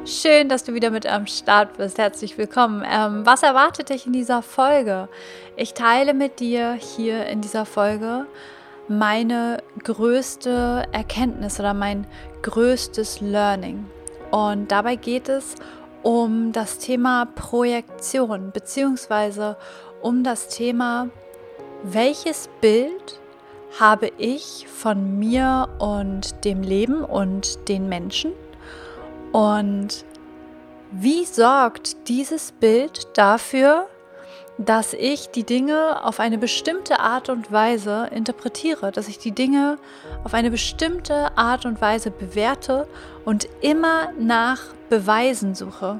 Schön, dass du wieder mit am Start bist. Herzlich willkommen. Was erwartet dich in dieser Folge? Ich teile mit dir hier in dieser Folge meine größte Erkenntnis oder mein größtes Learning. Und dabei geht es um das Thema Projektion, beziehungsweise um das Thema, welches Bild habe ich von mir und dem Leben und den Menschen? Und wie sorgt dieses Bild dafür, dass ich die Dinge auf eine bestimmte Art und Weise interpretiere, dass ich die Dinge auf eine bestimmte Art und Weise bewerte und immer nach Beweisen suche?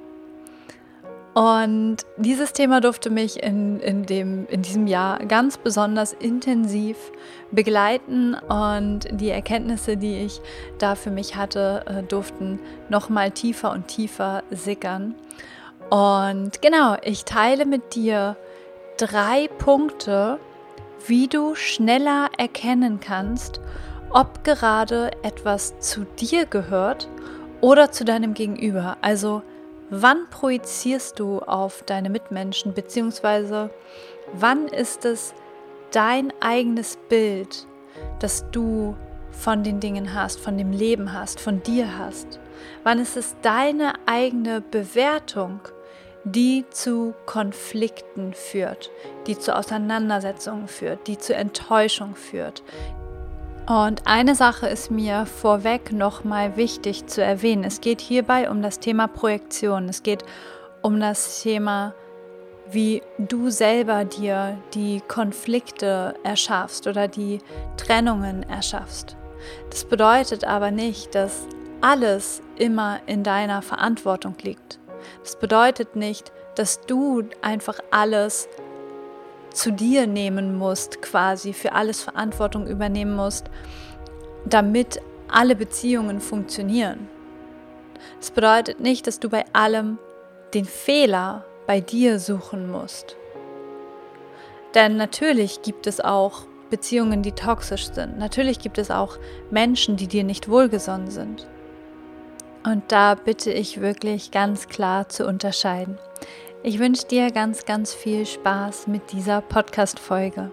Und dieses Thema durfte mich in diesem Jahr ganz besonders intensiv begleiten, und die Erkenntnisse, die ich da für mich hatte, durften nochmal tiefer und tiefer sickern. Und genau, ich teile mit dir 3 Punkte, wie du schneller erkennen kannst, ob gerade etwas zu dir gehört oder zu deinem Gegenüber. Also wann projizierst du auf deine Mitmenschen, beziehungsweise wann ist es dein eigenes Bild, das du von den Dingen hast, von dem Leben hast, von dir hast? Wann ist es deine eigene Bewertung, die zu Konflikten führt, die zu Auseinandersetzungen führt, die zu Enttäuschung führt? Und eine Sache ist mir vorweg nochmal wichtig zu erwähnen. Es geht hierbei um das Thema Projektion. Es geht um das Thema, wie du selber dir die Konflikte erschaffst oder die Trennungen erschaffst. Das bedeutet aber nicht, dass alles immer in deiner Verantwortung liegt. Das bedeutet nicht, dass du einfach alles zu dir nehmen musst, quasi für alles Verantwortung übernehmen musst, damit alle Beziehungen funktionieren. Das bedeutet nicht, dass du bei allem den Fehler bei dir suchen musst. Denn natürlich gibt es auch Beziehungen, die toxisch sind. Natürlich gibt es auch Menschen, die dir nicht wohlgesonnen sind. Und da bitte ich wirklich ganz klar zu unterscheiden. Ich wünsche dir ganz, ganz viel Spaß mit dieser Podcast-Folge.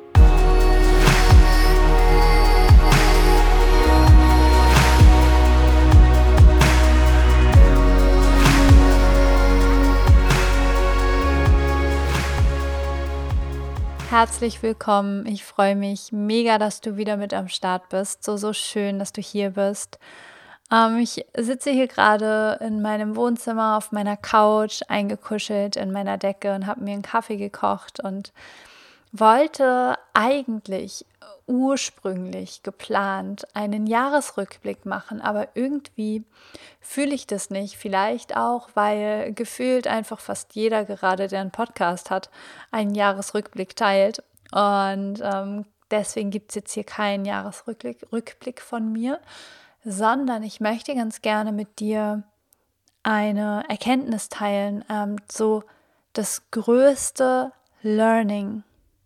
Herzlich willkommen. Ich freue mich mega, dass du wieder mit am Start bist. So schön, dass du hier bist. Ich sitze hier gerade in meinem Wohnzimmer auf meiner Couch, eingekuschelt in meiner Decke, und habe mir einen Kaffee gekocht und wollte eigentlich ursprünglich geplant einen Jahresrückblick machen, aber irgendwie fühle ich das nicht. Vielleicht auch, weil gefühlt einfach fast jeder gerade, der einen Podcast hat, einen Jahresrückblick teilt. Und deswegen gibt es jetzt hier keinen Jahresrückblick von mir, sondern ich möchte ganz gerne mit dir eine Erkenntnis teilen, so das größte Learning,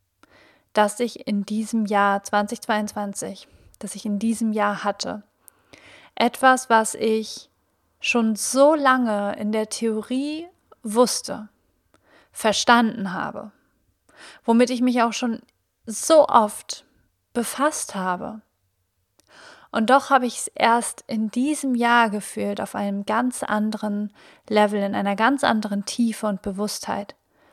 das ich in diesem Jahr 2022, das ich in diesem Jahr hatte. Etwas, was ich schon so lange in der Theorie wusste, verstanden habe, womit ich mich auch schon so oft befasst habe. Und doch habe ich es erst in diesem Jahr gefühlt, auf einem ganz anderen Level, in einer ganz anderen Tiefe und Bewusstheit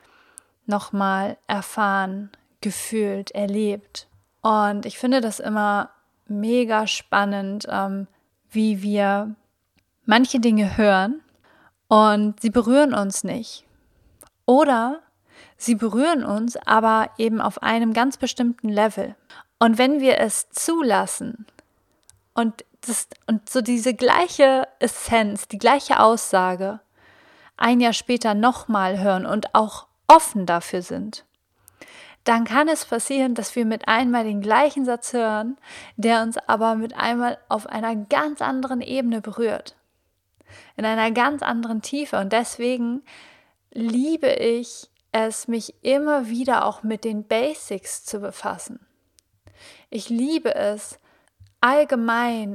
nochmal erfahren, gefühlt, erlebt. Und ich finde das immer mega spannend, wie wir manche Dinge hören und sie berühren uns nicht. Oder sie berühren uns, aber eben auf einem ganz bestimmten Level. Und wenn wir es zulassen, und so diese gleiche Essenz, die gleiche Aussage ein Jahr später nochmal hören und auch offen dafür sind, dann kann es passieren, dass wir mit einmal den gleichen Satz hören, der uns aber mit einmal auf einer ganz anderen Ebene berührt, in einer ganz anderen Tiefe. Und deswegen liebe ich es, mich immer wieder auch mit den Basics zu befassen. Ich liebe es, allgemein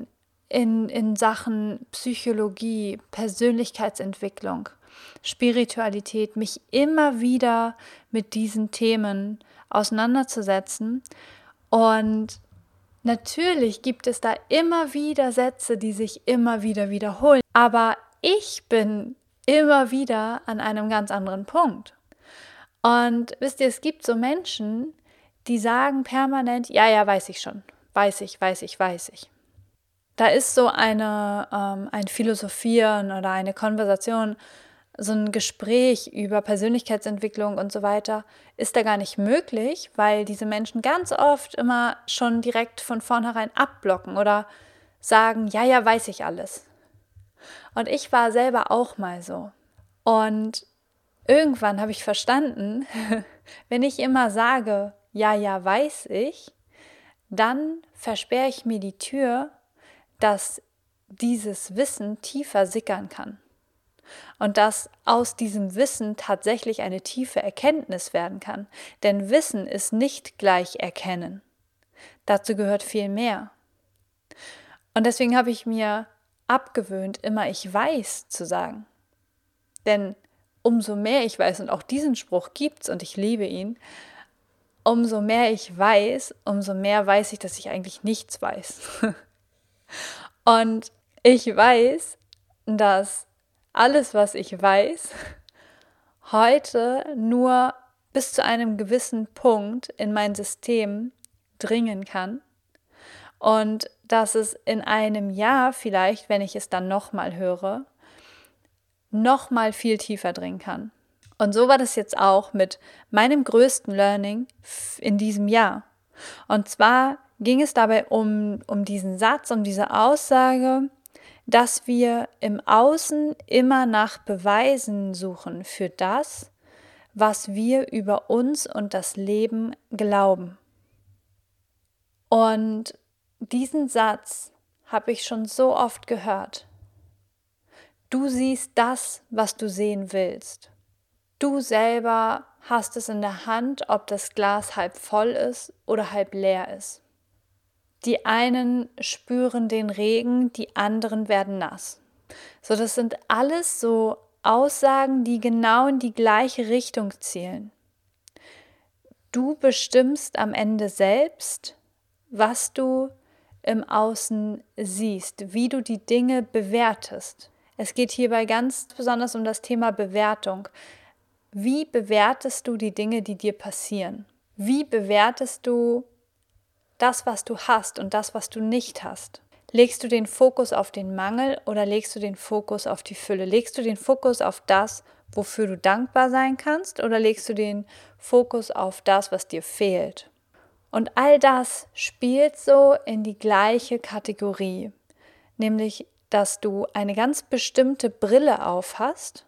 in Sachen Psychologie, Persönlichkeitsentwicklung, Spiritualität, mich immer wieder mit diesen Themen auseinanderzusetzen. Und natürlich gibt es da immer wieder Sätze, die sich immer wieder wiederholen. Aber ich bin immer wieder an einem ganz anderen Punkt. Und wisst ihr, es gibt so Menschen, die sagen permanent, ja, ja, weiß ich schon, weiß ich. Da ist so ein Philosophieren oder eine Konversation, so ein Gespräch über Persönlichkeitsentwicklung und so weiter, ist da gar nicht möglich, weil diese Menschen ganz oft immer schon direkt von vornherein abblocken oder sagen, ja, ja, weiß ich alles. Und ich war selber auch mal so. Und irgendwann habe ich verstanden, wenn ich immer sage, ja, ja, weiß ich, dann versperre ich mir die Tür, dass dieses Wissen tiefer sickern kann. Und dass aus diesem Wissen tatsächlich eine tiefe Erkenntnis werden kann. Denn Wissen ist nicht gleich Erkennen. Dazu gehört viel mehr. Und deswegen habe ich mir abgewöhnt, immer ich weiß zu sagen. Denn umso mehr ich weiß, und auch diesen Spruch gibt's und ich liebe ihn, umso mehr ich weiß, umso mehr weiß ich, dass ich eigentlich nichts weiß. Und ich weiß, dass alles, was ich weiß, heute nur bis zu einem gewissen Punkt in mein System dringen kann und dass es in einem Jahr vielleicht, wenn ich es dann nochmal höre, nochmal viel tiefer dringen kann. Und so war das jetzt auch mit meinem größten Learning in diesem Jahr. Und zwar ging es dabei um diesen Satz, um diese Aussage, dass wir im Außen immer nach Beweisen suchen für das, was wir über uns und das Leben glauben. Und diesen Satz habe ich schon so oft gehört. Du siehst das, was du sehen willst. Du selber hast es in der Hand, ob das Glas halb voll ist oder halb leer ist. Die einen spüren den Regen, die anderen werden nass. So, das sind alles so Aussagen, die genau in die gleiche Richtung zielen. Du bestimmst am Ende selbst, was du im Außen siehst, wie du die Dinge bewertest. Es geht hierbei ganz besonders um das Thema Bewertung. Wie bewertest du die Dinge, die dir passieren? Wie bewertest du das, was du hast und das, was du nicht hast? Legst du den Fokus auf den Mangel oder legst du den Fokus auf die Fülle? Legst du den Fokus auf das, wofür du dankbar sein kannst, oder legst du den Fokus auf das, was dir fehlt? Und all das spielt so in die gleiche Kategorie, nämlich, dass du eine ganz bestimmte Brille aufhast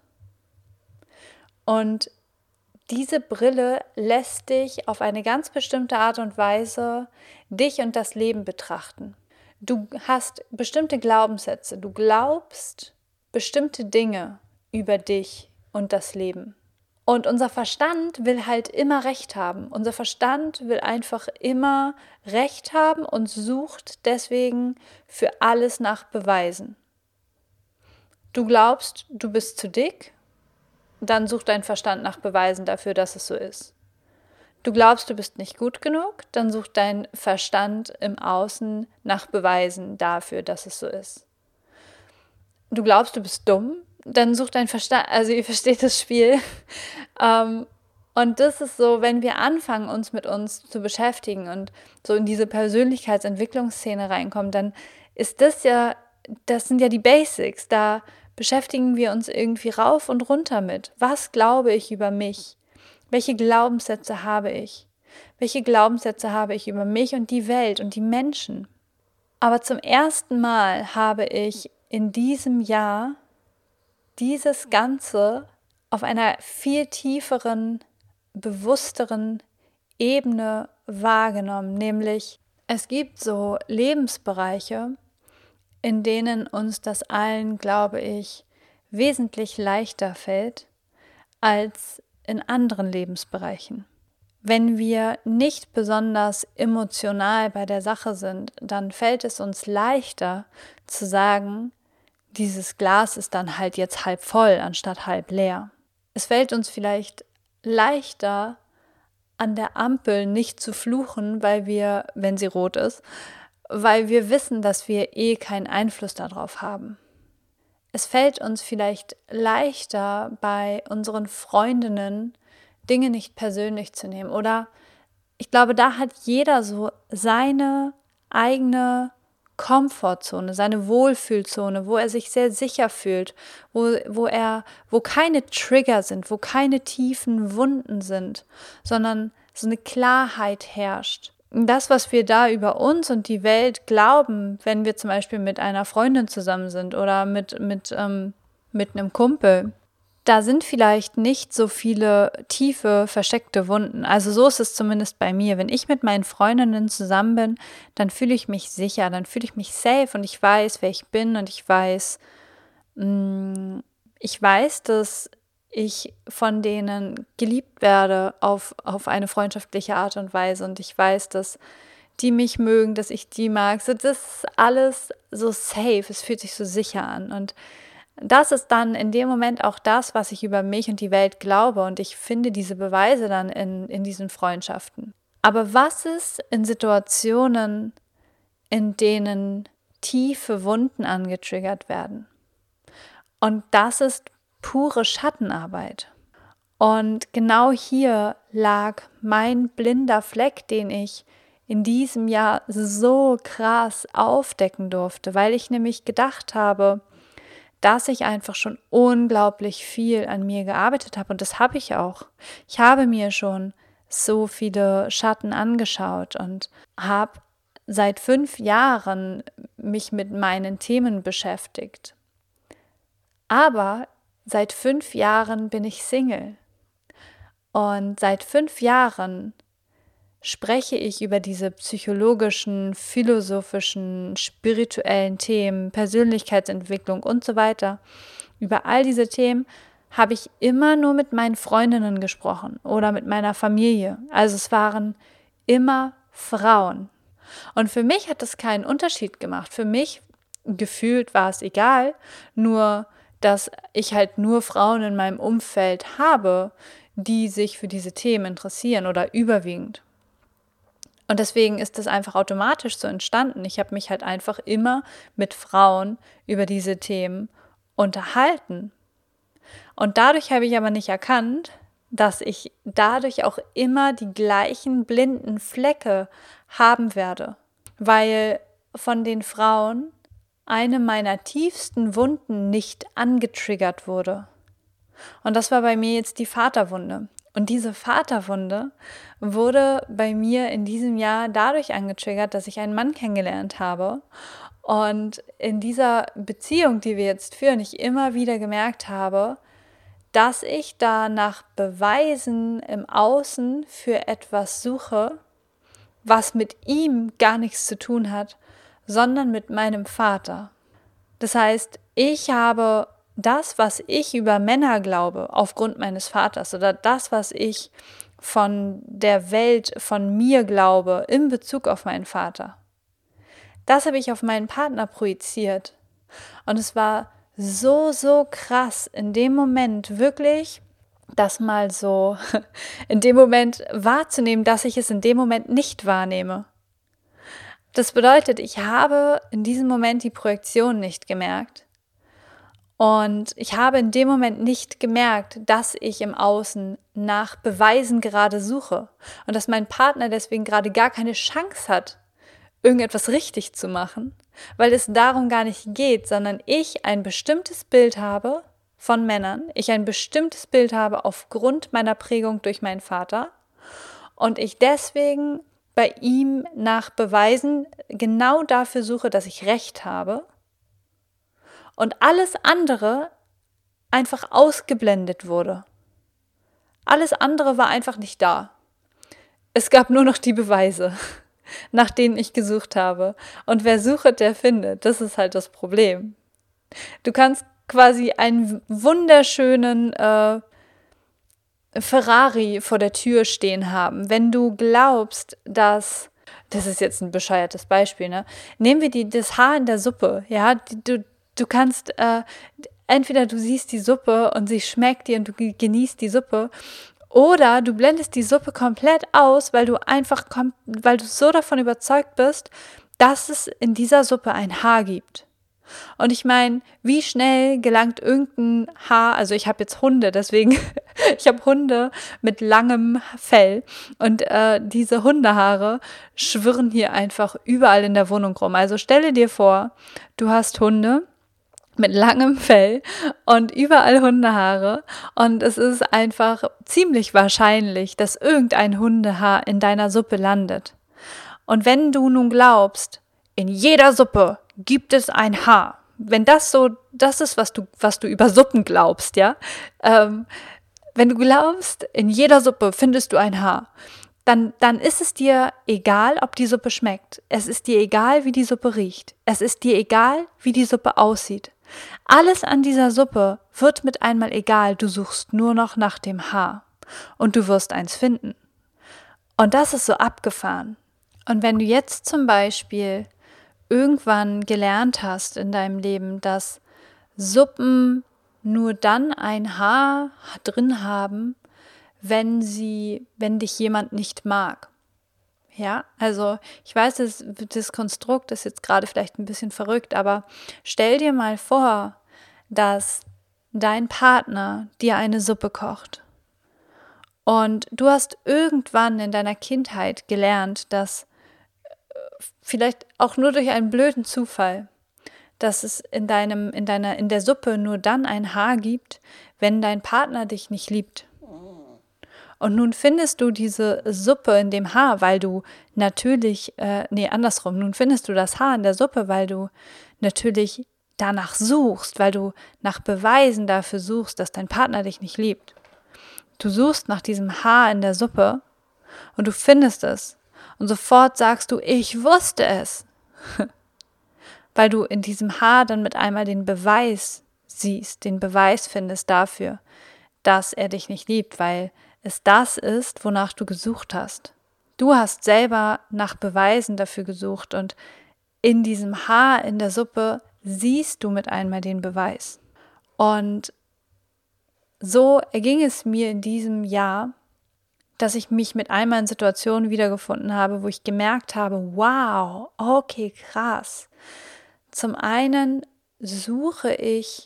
und diese Brille lässt dich auf eine ganz bestimmte Art und Weise dich und das Leben betrachten. Du hast bestimmte Glaubenssätze, du glaubst bestimmte Dinge über dich und das Leben. Und unser Verstand will halt immer Recht haben. Unser Verstand will einfach immer Recht haben und sucht deswegen für alles nach Beweisen. Du glaubst, du bist zu dick, dann sucht dein Verstand nach Beweisen dafür, dass es so ist. Du glaubst, du bist nicht gut genug, dann sucht dein Verstand im Außen nach Beweisen dafür, dass es so ist. Du glaubst, du bist dumm, dann sucht dein Verstand, also ihr versteht das Spiel. Und das ist so, wenn wir anfangen, uns mit uns zu beschäftigen und so in diese Persönlichkeitsentwicklungsszene reinkommen, dann ist das sind ja die Basics, da beschäftigen wir uns irgendwie rauf und runter mit. Was glaube ich über mich? Welche Glaubenssätze habe ich? Welche Glaubenssätze habe ich über mich und die Welt und die Menschen? Aber zum ersten Mal habe ich in diesem Jahr dieses Ganze auf einer viel tieferen, bewussteren Ebene wahrgenommen. Nämlich, es gibt so Lebensbereiche, in denen uns das allen, glaube ich, wesentlich leichter fällt als in anderen Lebensbereichen. Wenn wir nicht besonders emotional bei der Sache sind, dann fällt es uns leichter zu sagen, dieses Glas ist dann halt jetzt halb voll anstatt halb leer. Es fällt uns vielleicht leichter, an der Ampel nicht zu fluchen, weil wir, wenn sie rot ist, weil wir wissen, dass wir keinen Einfluss darauf haben. Es fällt uns vielleicht leichter, bei unseren Freundinnen Dinge nicht persönlich zu nehmen. Oder ich glaube, da hat jeder so seine eigene Komfortzone, seine Wohlfühlzone, wo er sich sehr sicher fühlt, wo keine Trigger sind, wo keine tiefen Wunden sind, sondern so eine Klarheit herrscht. Das, was wir da über uns und die Welt glauben, wenn wir zum Beispiel mit einer Freundin zusammen sind oder mit einem Kumpel, da sind vielleicht nicht so viele tiefe, versteckte Wunden. Also so ist es zumindest bei mir. Wenn ich mit meinen Freundinnen zusammen bin, dann fühle ich mich sicher, dann fühle ich mich safe und ich weiß, wer ich bin und ich weiß, dass ich von denen geliebt werde auf eine freundschaftliche Art und Weise und ich weiß, dass die mich mögen, dass ich die mag. So, das ist alles so safe, es fühlt sich so sicher an und das ist dann in dem Moment auch das, was ich über mich und die Welt glaube und ich finde diese Beweise dann in diesen Freundschaften. Aber was ist in Situationen, in denen tiefe Wunden angetriggert werden? Und das ist pure Schattenarbeit. Und genau hier lag mein blinder Fleck, den ich in diesem Jahr so krass aufdecken durfte, weil ich nämlich gedacht habe, dass ich einfach schon unglaublich viel an mir gearbeitet habe. Und das habe ich auch. Ich habe mir schon so viele Schatten angeschaut und habe seit 5 Jahren mich mit meinen Themen beschäftigt. Aber seit 5 Jahren bin ich Single. Und seit 5 Jahren spreche ich über diese psychologischen, philosophischen, spirituellen Themen, Persönlichkeitsentwicklung und so weiter. Über all diese Themen habe ich immer nur mit meinen Freundinnen gesprochen oder mit meiner Familie. Also es waren immer Frauen. Und für mich hat das keinen Unterschied gemacht. Für mich gefühlt war es egal, nur dass ich halt nur Frauen in meinem Umfeld habe, die sich für diese Themen interessieren oder überwiegend. Und deswegen ist das einfach automatisch so entstanden. Ich habe mich halt einfach immer mit Frauen über diese Themen unterhalten. Und dadurch habe ich aber nicht erkannt, dass ich dadurch auch immer die gleichen blinden Flecke haben werde. Weil von den Frauen eine meiner tiefsten Wunden nicht angetriggert wurde. Und das war bei mir jetzt die Vaterwunde. Und diese Vaterwunde wurde bei mir in diesem Jahr dadurch angetriggert, dass ich einen Mann kennengelernt habe. Und in dieser Beziehung, die wir jetzt führen, ich immer wieder gemerkt habe, dass ich da nach Beweisen im Außen für etwas suche, was mit ihm gar nichts zu tun hat, sondern mit meinem Vater. Das heißt, ich habe das, was ich über Männer glaube, aufgrund meines Vaters oder das, was ich von der Welt, von mir glaube, in Bezug auf meinen Vater, das habe ich auf meinen Partner projiziert. Und es war so, so krass, in dem Moment wirklich das mal so, in dem Moment wahrzunehmen, dass ich es in dem Moment nicht wahrnehme. Das bedeutet, ich habe in diesem Moment die Projektion nicht gemerkt. Und ich habe in dem Moment nicht gemerkt, dass ich im Außen nach Beweisen gerade suche und dass mein Partner deswegen gerade gar keine Chance hat, irgendetwas richtig zu machen, weil es darum gar nicht geht, sondern ich ein bestimmtes Bild habe von Männern, ich ein bestimmtes Bild habe aufgrund meiner Prägung durch meinen Vater und ich deswegen bei ihm nach Beweisen genau dafür suche, dass ich Recht habe. Und alles andere einfach ausgeblendet wurde. Alles andere war einfach nicht da. Es gab nur noch die Beweise, nach denen ich gesucht habe. Und wer sucht, der findet. Das ist halt das Problem. Du kannst quasi einen wunderschönen Ferrari vor der Tür stehen haben, wenn du glaubst, das ist jetzt ein bescheuertes Beispiel, ne? Nehmen wir das Haar in der Suppe, ja, du kannst, entweder du siehst die Suppe und sie schmeckt dir und du genießt die Suppe, oder du blendest die Suppe komplett aus, weil du so davon überzeugt bist, dass es in dieser Suppe ein Haar gibt. Und ich meine, wie schnell gelangt irgendein Haar, also ich habe jetzt Hunde, deswegen, ich habe Hunde mit langem Fell und diese Hundehaare schwirren hier einfach überall in der Wohnung rum. Also stelle dir vor, du hast Hunde mit langem Fell und überall Hundehaare und es ist einfach ziemlich wahrscheinlich, dass irgendein Hundehaar in deiner Suppe landet. Und wenn du nun glaubst, in jeder Suppe gibt es ein Haar, wenn das ist, was du über Suppen glaubst, ja, wenn du glaubst, in jeder Suppe findest du ein Haar, dann ist es dir egal, ob die Suppe schmeckt. Es ist dir egal, wie die Suppe riecht. Es ist dir egal, wie die Suppe aussieht. Alles an dieser Suppe wird mit einmal egal. Du suchst nur noch nach dem Haar. Und du wirst eins finden. Und das ist so abgefahren. Und wenn du jetzt zum Beispiel irgendwann gelernt hast in deinem Leben, dass Suppen nur dann ein Haar drin haben, wenn dich jemand nicht mag. Ja, also ich weiß, das Konstrukt ist jetzt gerade vielleicht ein bisschen verrückt, aber stell dir mal vor, dass dein Partner dir eine Suppe kocht. Und du hast irgendwann in deiner Kindheit gelernt, dass vielleicht auch nur durch einen blöden Zufall, dass es in der Suppe nur dann ein Haar gibt, wenn dein Partner dich nicht liebt. Und nun findest du diese Suppe in dem Haar, weil du natürlich, nun findest du das Haar in der Suppe, weil du natürlich danach suchst, weil du nach Beweisen dafür suchst, dass dein Partner dich nicht liebt. Du suchst nach diesem Haar in der Suppe und du findest es. Und sofort sagst du, ich wusste es. Weil du in diesem Haar dann mit einmal den Beweis siehst, den Beweis findest dafür, dass er dich nicht liebt, weil es das ist, wonach du gesucht hast. Du hast selber nach Beweisen dafür gesucht und in diesem Haar in der Suppe siehst du mit einmal den Beweis. Und so erging es mir in diesem Jahr, dass ich mich mit einmal in Situationen wiedergefunden habe, wo ich gemerkt habe, wow, okay, krass. Zum einen suche ich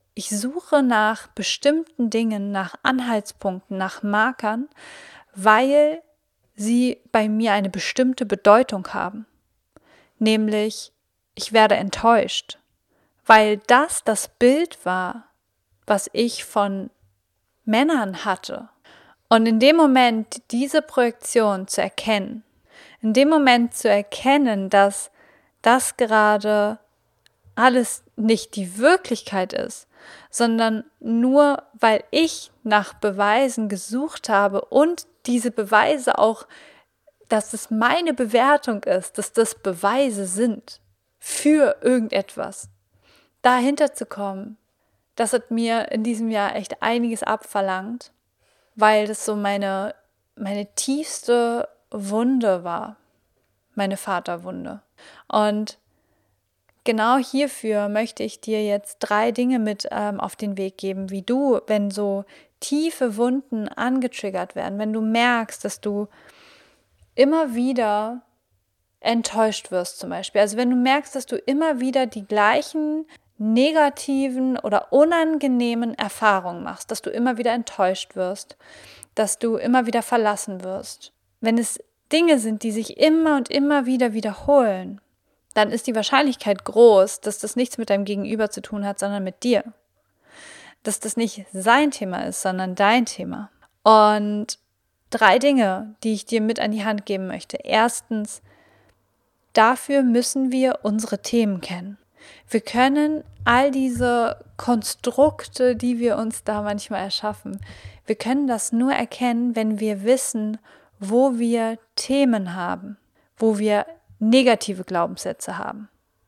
nach bestimmten Dingen, nach Anhaltspunkten, nach Markern, weil sie bei mir eine bestimmte Bedeutung haben. Nämlich, ich werde enttäuscht, weil das Bild war, was ich von Männern hatte. Und in dem Moment diese Projektion zu erkennen, in dem Moment zu erkennen, dass das gerade alles nicht die Wirklichkeit ist, sondern nur, weil ich nach Beweisen gesucht habe und diese Beweise auch, dass es meine Bewertung ist, dass das Beweise sind für irgendetwas. Dahinter zu kommen, das hat mir in diesem Jahr echt einiges abverlangt, weil das so meine tiefste Wunde war, meine Vaterwunde. Und genau hierfür möchte ich dir jetzt 3 Dinge mit auf den Weg geben, wie du, wenn so tiefe Wunden angetriggert werden, wenn du merkst, dass du immer wieder enttäuscht wirst zum Beispiel. Also wenn du merkst, dass du immer wieder die gleichen negativen oder unangenehmen Erfahrungen machst, dass du immer wieder enttäuscht wirst, dass du immer wieder verlassen wirst. Wenn es Dinge sind, die sich immer und immer wieder wiederholen, dann ist die Wahrscheinlichkeit groß, dass das nichts mit deinem Gegenüber zu tun hat, sondern mit dir. Dass das nicht sein Thema ist, sondern dein Thema. Und 3 Dinge, die ich dir mit an die Hand geben möchte. Erstens, dafür müssen wir unsere Themen kennen. Wir können all diese Konstrukte, die wir uns da manchmal erschaffen, wir können das nur erkennen, wenn wir wissen, wo wir Themen haben, wo wir negative Glaubenssätze haben,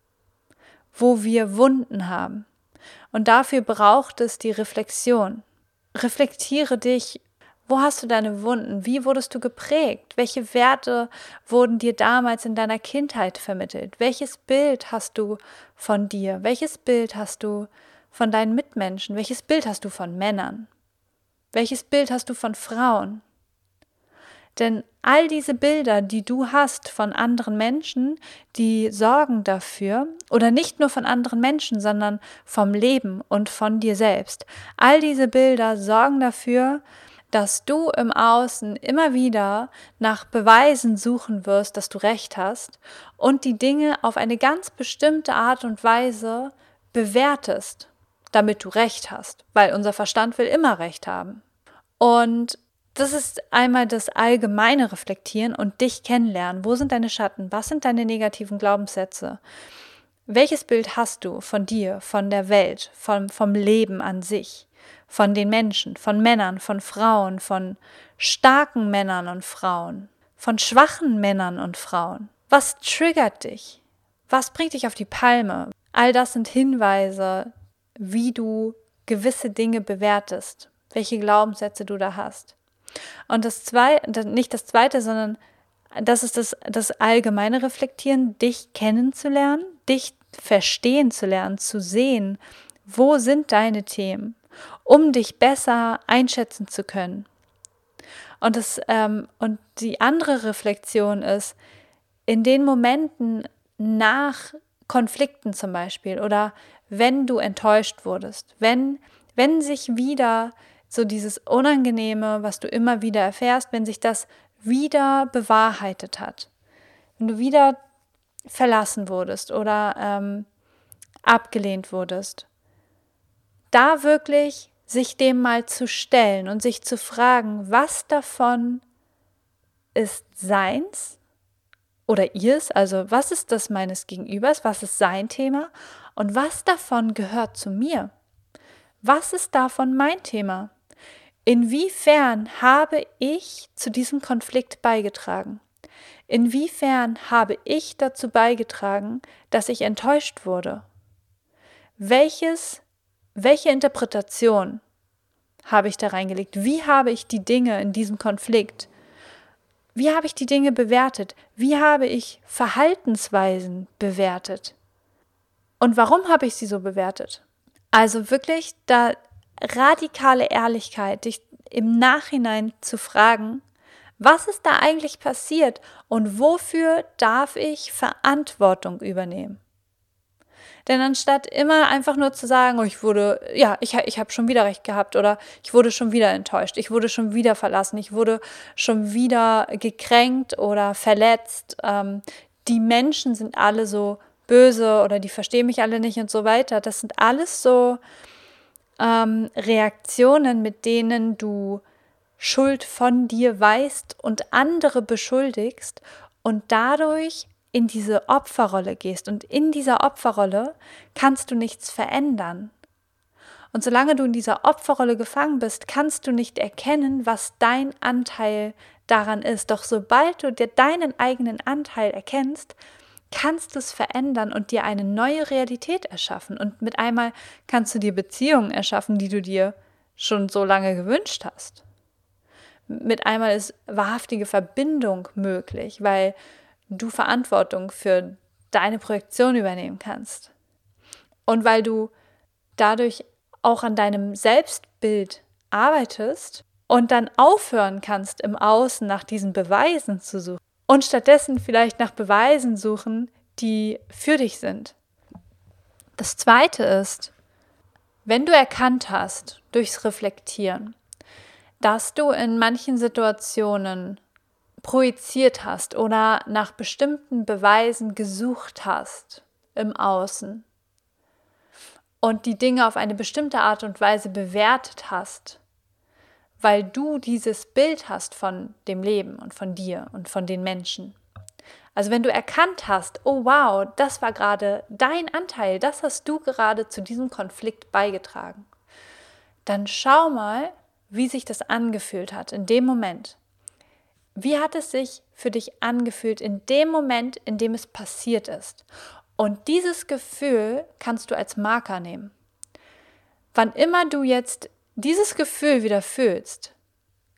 wo wir Wunden haben. Und dafür braucht es die Reflexion. Reflektiere dich, Wo hast du deine Wunden? Wie wurdest du geprägt? Welche Werte wurden dir damals in deiner Kindheit vermittelt? Welches Bild hast du von dir? Welches Bild hast du von deinen Mitmenschen? Welches Bild hast du von Männern? Welches Bild hast du von Frauen? Denn all diese Bilder, die du hast von anderen Menschen, die sorgen dafür, oder nicht nur von anderen Menschen, sondern vom Leben und von dir selbst. All diese Bilder sorgen dafür, dass du im Außen immer wieder nach Beweisen suchen wirst, dass du recht hast und die Dinge auf eine ganz bestimmte Art und Weise bewertest, damit du recht hast, weil unser Verstand will immer recht haben. Und das ist einmal das allgemeine Reflektieren und dich kennenlernen. Wo sind deine Schatten? Was sind deine negativen Glaubenssätze? Welches Bild hast du von dir, von der Welt, vom Leben an sich, von den Menschen, von Männern, von Frauen, von starken Männern und Frauen, von schwachen Männern und Frauen? Was triggert dich? Was bringt dich auf die Palme? All das sind Hinweise, wie du gewisse Dinge bewertest, welche Glaubenssätze du da hast. Und nicht das Zweite, sondern das ist das allgemeine Reflektieren, dich kennenzulernen, dich verstehen zu lernen, zu sehen, wo sind deine Themen, um dich besser einschätzen zu können. Und die andere Reflexion ist, in den Momenten nach Konflikten zum Beispiel oder wenn du enttäuscht wurdest, wenn sich wieder so dieses Unangenehme, was du immer wieder erfährst, wenn sich das wieder bewahrheitet hat, wenn du wieder verlassen wurdest oder abgelehnt wurdest, da wirklich sich dem mal zu stellen und sich zu fragen, was davon ist seins oder ihrs, also was ist das meines Gegenübers, was ist sein Thema und was davon gehört zu mir? Was ist davon mein Thema? Inwiefern habe ich zu diesem Konflikt beigetragen? Inwiefern habe ich dazu beigetragen, dass ich enttäuscht wurde? Welche Interpretation habe ich da reingelegt? Wie habe ich die Dinge in diesem Konflikt, wie habe ich die Dinge bewertet? Wie habe ich Verhaltensweisen bewertet? Und warum habe ich sie so bewertet? Also wirklich da radikale Ehrlichkeit, dich im Nachhinein zu fragen, was ist da eigentlich passiert und wofür darf ich Verantwortung übernehmen? Denn anstatt immer einfach nur zu sagen, oh, ich habe schon wieder recht gehabt oder ich wurde schon wieder enttäuscht, ich wurde schon wieder verlassen, ich wurde schon wieder gekränkt oder verletzt, die Menschen sind alle so böse oder die verstehen mich alle nicht und so weiter. Das sind alles so Reaktionen, mit denen du Schuld von dir weißt und andere beschuldigst und dadurch in diese Opferrolle gehst. Und in dieser Opferrolle kannst du nichts verändern. Und solange du in dieser Opferrolle gefangen bist, kannst du nicht erkennen, was dein Anteil daran ist. Doch sobald du dir deinen eigenen Anteil erkennst, kannst du es verändern und dir eine neue Realität erschaffen. Und mit einmal kannst du dir Beziehungen erschaffen, die du dir schon so lange gewünscht hast. Mit einmal ist wahrhaftige Verbindung möglich, weil du Verantwortung für deine Projektion übernehmen kannst. Und weil du dadurch auch an deinem Selbstbild arbeitest und dann aufhören kannst, im Außen nach diesen Beweisen zu suchen und stattdessen vielleicht nach Beweisen suchen, die für dich sind. Das Zweite ist, wenn du erkannt hast, durchs Reflektieren, dass du in manchen Situationen projiziert hast oder nach bestimmten Beweisen gesucht hast im Außen und die Dinge auf eine bestimmte Art und Weise bewertet hast, weil du dieses Bild hast von dem Leben und von dir und von den Menschen. Also wenn du erkannt hast, oh wow, das war gerade dein Anteil, das hast du gerade zu diesem Konflikt beigetragen, dann schau mal, wie sich das angefühlt hat in dem Moment. Wie hat es sich für dich angefühlt in dem Moment, in dem es passiert ist? Und dieses Gefühl kannst du als Marker nehmen. Wann immer du jetzt dieses Gefühl wieder fühlst,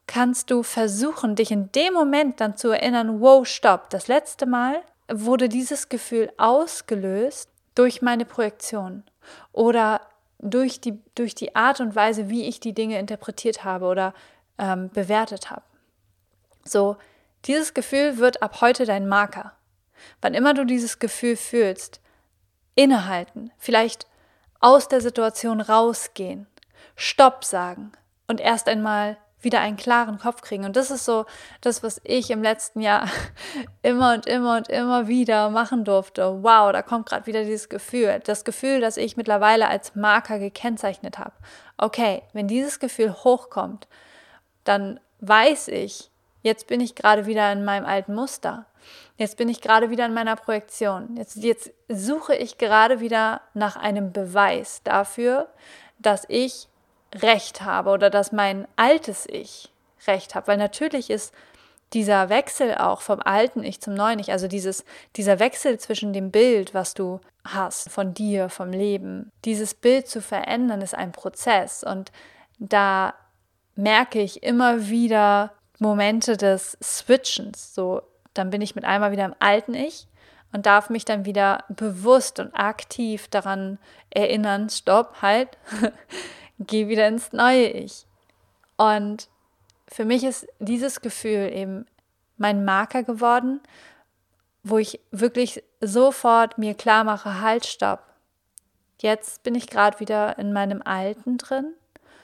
kannst du versuchen, dich in dem Moment dann zu erinnern, wow, stopp, das letzte Mal wurde dieses Gefühl ausgelöst durch meine Projektion oder durch die Art und Weise, wie ich die Dinge interpretiert habe oder bewertet habe. So, dieses Gefühl wird ab heute dein Marker. Wann immer du dieses Gefühl fühlst, innehalten, vielleicht aus der Situation rausgehen, Stopp sagen und erst einmal wieder einen klaren Kopf kriegen. Und das ist so das, was ich im letzten Jahr immer und immer und immer wieder machen durfte. Wow, da kommt gerade wieder dieses Gefühl. Das Gefühl, das ich mittlerweile als Marker gekennzeichnet habe. Okay, wenn dieses Gefühl hochkommt, dann weiß ich, jetzt bin ich gerade wieder in meinem alten Muster. Jetzt bin ich gerade wieder in meiner Projektion. Jetzt suche ich gerade wieder nach einem Beweis dafür, dass ich Recht habe oder dass mein altes Ich Recht habe. Weil natürlich ist dieser Wechsel auch vom alten Ich zum neuen Ich, also dieser Wechsel zwischen dem Bild, was du hast, von dir, vom Leben, dieses Bild zu verändern, ist ein Prozess. Und da merke ich immer wieder Momente des Switchens. So, dann bin ich mit einmal wieder im alten Ich und darf mich dann wieder bewusst und aktiv daran erinnern, stopp, halt, geh wieder ins neue Ich. Und für mich ist dieses Gefühl eben mein Marker geworden, wo ich wirklich sofort mir klar mache, halt, stopp. Jetzt bin ich gerade wieder in meinem Alten drin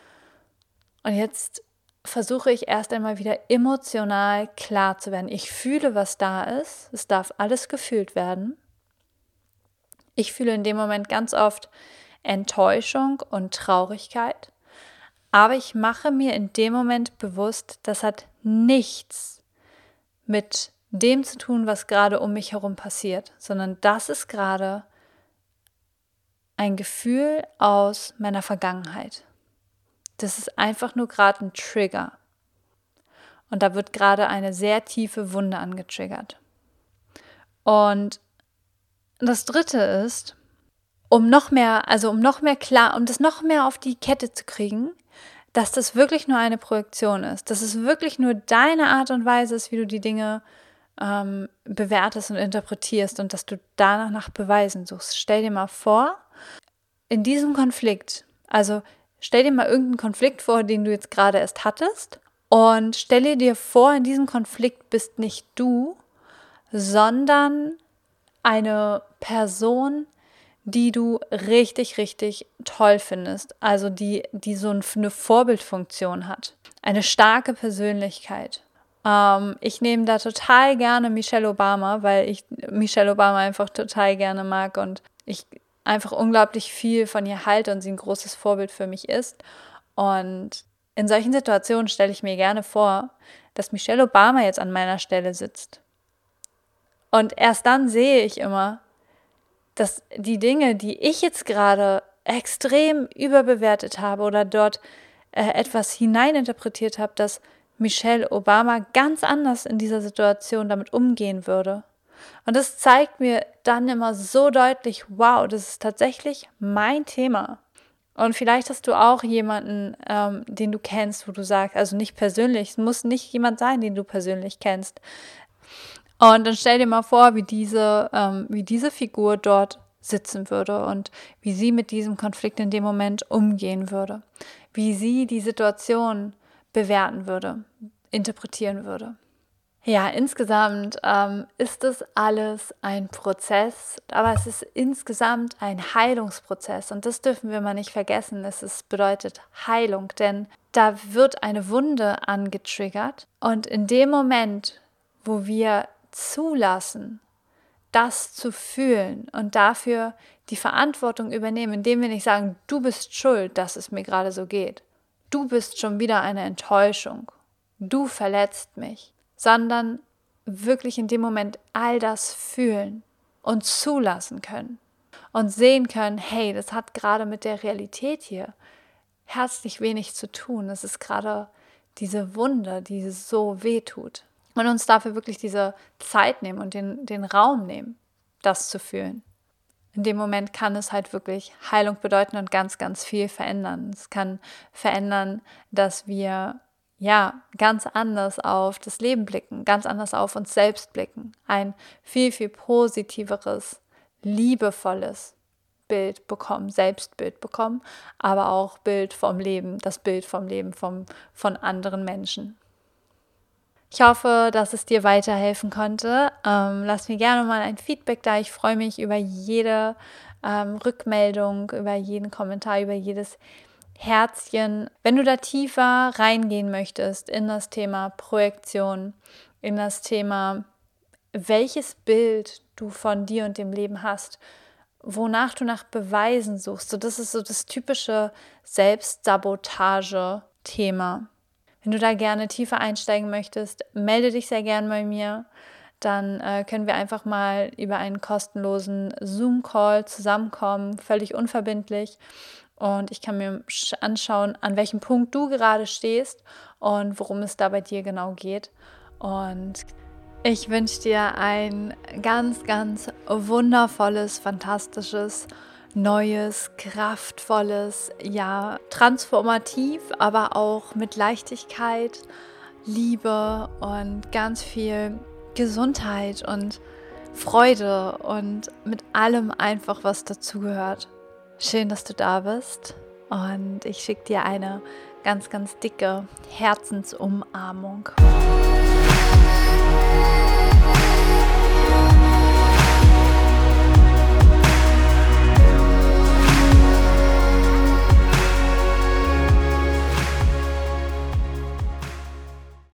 und jetzt versuche ich erst einmal wieder emotional klar zu werden. Ich fühle, was da ist. Es darf alles gefühlt werden. Ich fühle in dem Moment ganz oft Enttäuschung und Traurigkeit. Aber ich mache mir in dem Moment bewusst, das hat nichts mit dem zu tun, was gerade um mich herum passiert, sondern das ist gerade ein Gefühl aus meiner Vergangenheit. Das ist einfach nur gerade ein Trigger. Und da wird gerade eine sehr tiefe Wunde angetriggert. Und das Dritte ist, um das noch mehr auf die Kette zu kriegen, dass das wirklich nur eine Projektion ist, dass es wirklich nur deine Art und Weise ist, wie du die Dinge bewertest und interpretierst und dass du danach nach Beweisen suchst. Stell dir mal vor, in diesem Konflikt, also stell dir mal irgendeinen Konflikt vor, den du jetzt gerade erst hattest und stelle dir vor, in diesem Konflikt bist nicht du, sondern eine Person, die du richtig, richtig toll findest, also die so eine Vorbildfunktion hat, eine starke Persönlichkeit. Ich nehme da total gerne Michelle Obama, weil ich Michelle Obama einfach total gerne mag und ich einfach unglaublich viel von ihr halte und sie ein großes Vorbild für mich ist. Und in solchen Situationen stelle ich mir gerne vor, dass Michelle Obama jetzt an meiner Stelle sitzt. Und erst dann sehe ich immer, dass die Dinge, die ich jetzt gerade extrem überbewertet habe oder dort etwas hineininterpretiert habe, dass Michelle Obama ganz anders in dieser Situation damit umgehen würde. Und das zeigt mir dann immer so deutlich, wow, das ist tatsächlich mein Thema. Und vielleicht hast du auch jemanden, den du kennst, wo du sagst, also nicht persönlich, es muss nicht jemand sein, den du persönlich kennst. Und dann stell dir mal vor, wie diese Figur dort sitzen würde und wie sie mit diesem Konflikt in dem Moment umgehen würde, wie sie die Situation bewerten würde, interpretieren würde. Ja, insgesamt ist es alles ein Prozess, aber es ist insgesamt ein Heilungsprozess und das dürfen wir mal nicht vergessen. Bedeutet Heilung, denn da wird eine Wunde angetriggert und in dem Moment, wo wir zulassen, das zu fühlen und dafür die Verantwortung übernehmen, indem wir nicht sagen, du bist schuld, dass es mir gerade so geht. Du bist schon wieder eine Enttäuschung. Du verletzt mich. Sondern wirklich in dem Moment all das fühlen und zulassen können und sehen können, hey, das hat gerade mit der Realität hier herzlich wenig zu tun. Es ist gerade diese Wunde, die so weh tut. Und uns dafür wirklich diese Zeit nehmen und den Raum nehmen, das zu fühlen. In dem Moment kann es halt wirklich Heilung bedeuten und ganz, ganz viel verändern. Es kann verändern, dass wir ja, ganz anders auf das Leben blicken, ganz anders auf uns selbst blicken, ein viel, viel positiveres, liebevolles Bild bekommen, Selbstbild bekommen, aber auch Bild vom Leben, das Bild vom Leben von anderen Menschen. Ich hoffe, dass es dir weiterhelfen konnte. Lass mir gerne mal ein Feedback da. Ich freue mich über jede Rückmeldung, über jeden Kommentar, über jedes Herzchen. Wenn du da tiefer reingehen möchtest in das Thema Projektion, in das Thema, welches Bild du von dir und dem Leben hast, wonach du nach Beweisen suchst, so das ist so das typische Selbstsabotage-Thema. Wenn du da gerne tiefer einsteigen möchtest, melde dich sehr gern bei mir. Dann können wir einfach mal über einen kostenlosen Zoom-Call zusammenkommen, völlig unverbindlich. Und ich kann mir anschauen, an welchem Punkt du gerade stehst und worum es da bei dir genau geht. Und ich wünsche dir ein ganz, ganz wundervolles, fantastisches, neues, kraftvolles Jahr. Transformativ, aber auch mit Leichtigkeit, Liebe und ganz viel Gesundheit und Freude und mit allem einfach, was dazugehört. Schön, dass du da bist und ich schicke dir eine ganz, ganz dicke Herzensumarmung.